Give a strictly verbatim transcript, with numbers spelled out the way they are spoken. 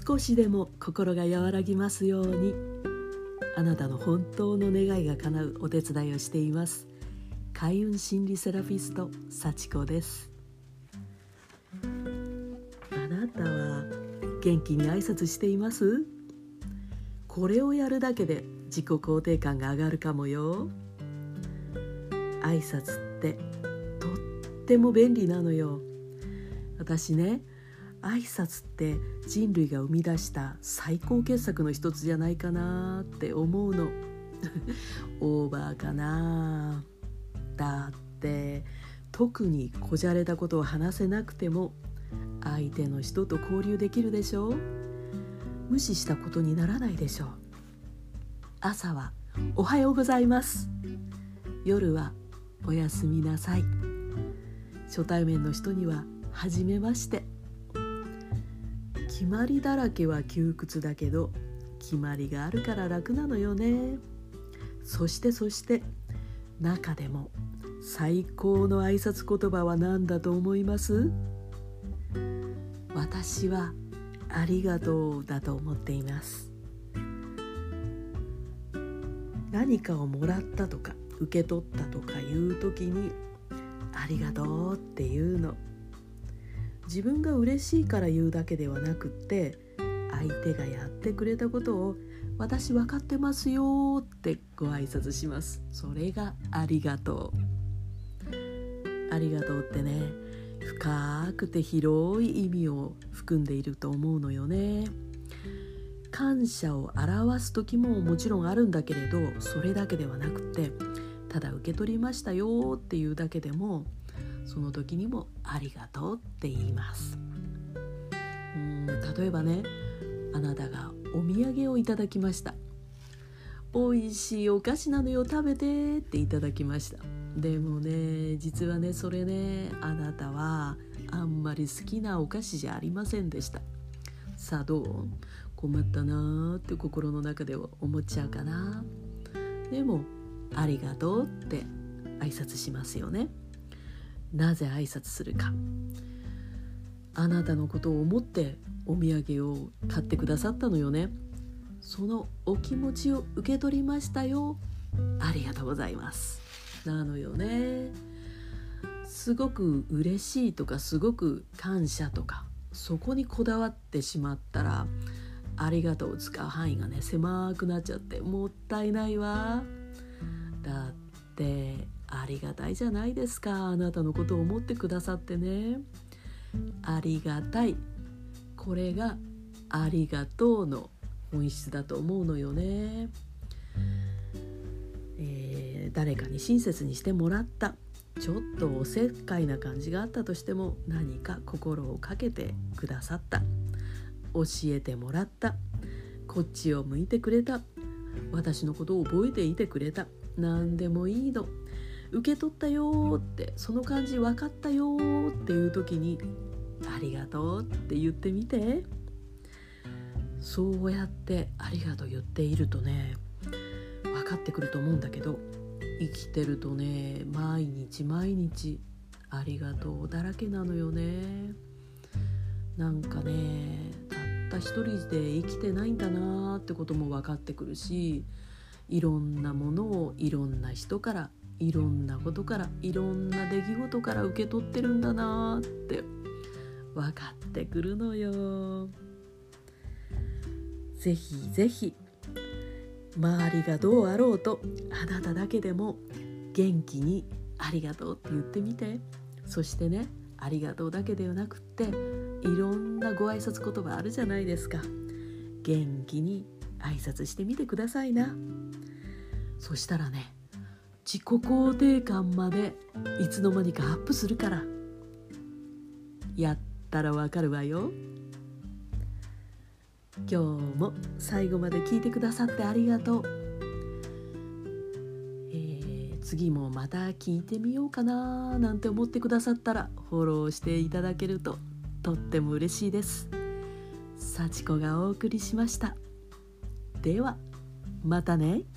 少しでも心が和らぎますように。あなたの本当の願いが叶うお手伝いをしています。開運心理セラピスト幸子です。あなたは元気に挨拶しています？これをやるだけで自己肯定感が上がるかもよ。挨拶ってとっても便利なのよ。私ね、挨拶って人類が生み出した最高傑作の一つじゃないかなって思うの。オーバーかな。だって特にこじゃれたことを話せなくても相手の人と交流できるでしょ。無視したことにならないでしょ。朝はおはようございます。夜はおやすみなさい。初対面の人にははじめまして。決まりだらけは窮屈だけど、決まりがあるから楽なのよね。そしてそして中でも最高の挨拶言葉は何だと思います？私はありがとうだと思っています。何かをもらったとか受け取ったとかいう時にありがとうっていうの。自分が嬉しいから言うだけではなくって、相手がやってくれたことを私分かってますよってご挨拶します。それがありがとう。ありがとうってね、深くて広い意味を含んでいると思うのよね。感謝を表す時ももちろんあるんだけれど、それだけではなくて、ただ受け取りましたよっていうだけでも、その時にもありがとうって言います。うーん例えばね、あなたがお土産をいただきました。おいしいお菓子なのよ、食べてっていただきました。でもね、実はね、それね、あなたはあんまり好きなお菓子じゃありませんでした。さあどう？困ったなーって心の中では思っちゃうかな。でもありがとうって挨拶しますよね。なぜ挨拶するか。あなたのことを思ってお土産を買ってくださったのよね。そのお気持ちを受け取りましたよ。ありがとうございますなのよね。すごく嬉しいとかすごく感謝とか、そこにこだわってしまったらありがとうを使う範囲がね狭くなっちゃってもったいないわ。だってありがたいじゃないですか。あなたのことを思ってくださってね。ありがたい、これがありがとうの本質だと思うのよね。えー、誰かに親切にしてもらった、ちょっとおせっかいな感じがあったとしても、何か心をかけてくださった、教えてもらった、こっちを向いてくれた、私のことを覚えていてくれた、何でもいいの。受け取ったよって、その感じ分かったよっていう時にありがとうって言ってみて。そうやってありがとう言っているとね、分かってくると思うんだけど、生きてるとね、毎日毎日ありがとうだらけなのよね。なんかね、たった一人で生きてないんだなってことも分かってくるし、いろんなものをいろんな人から、いろんなことから、いろんな出来事から受け取ってるんだなって分かってくるのよ。ぜひぜひ周りがどうあろうと、あなただけでも元気にありがとうって言ってみて。そしてね、ありがとうだけではなくって、いろんなご挨拶言葉あるじゃないですか。元気に挨拶してみてくださいな。そしたらね、自己肯定感までいつの間にかアップするから。やったらわかるわよ。今日も最後まで聞いてくださってありがとう。えー、次もまた聞いてみようかななんて思ってくださったら、フォローしていただけるととっても嬉しいです。幸子がお送りしました。ではまたね。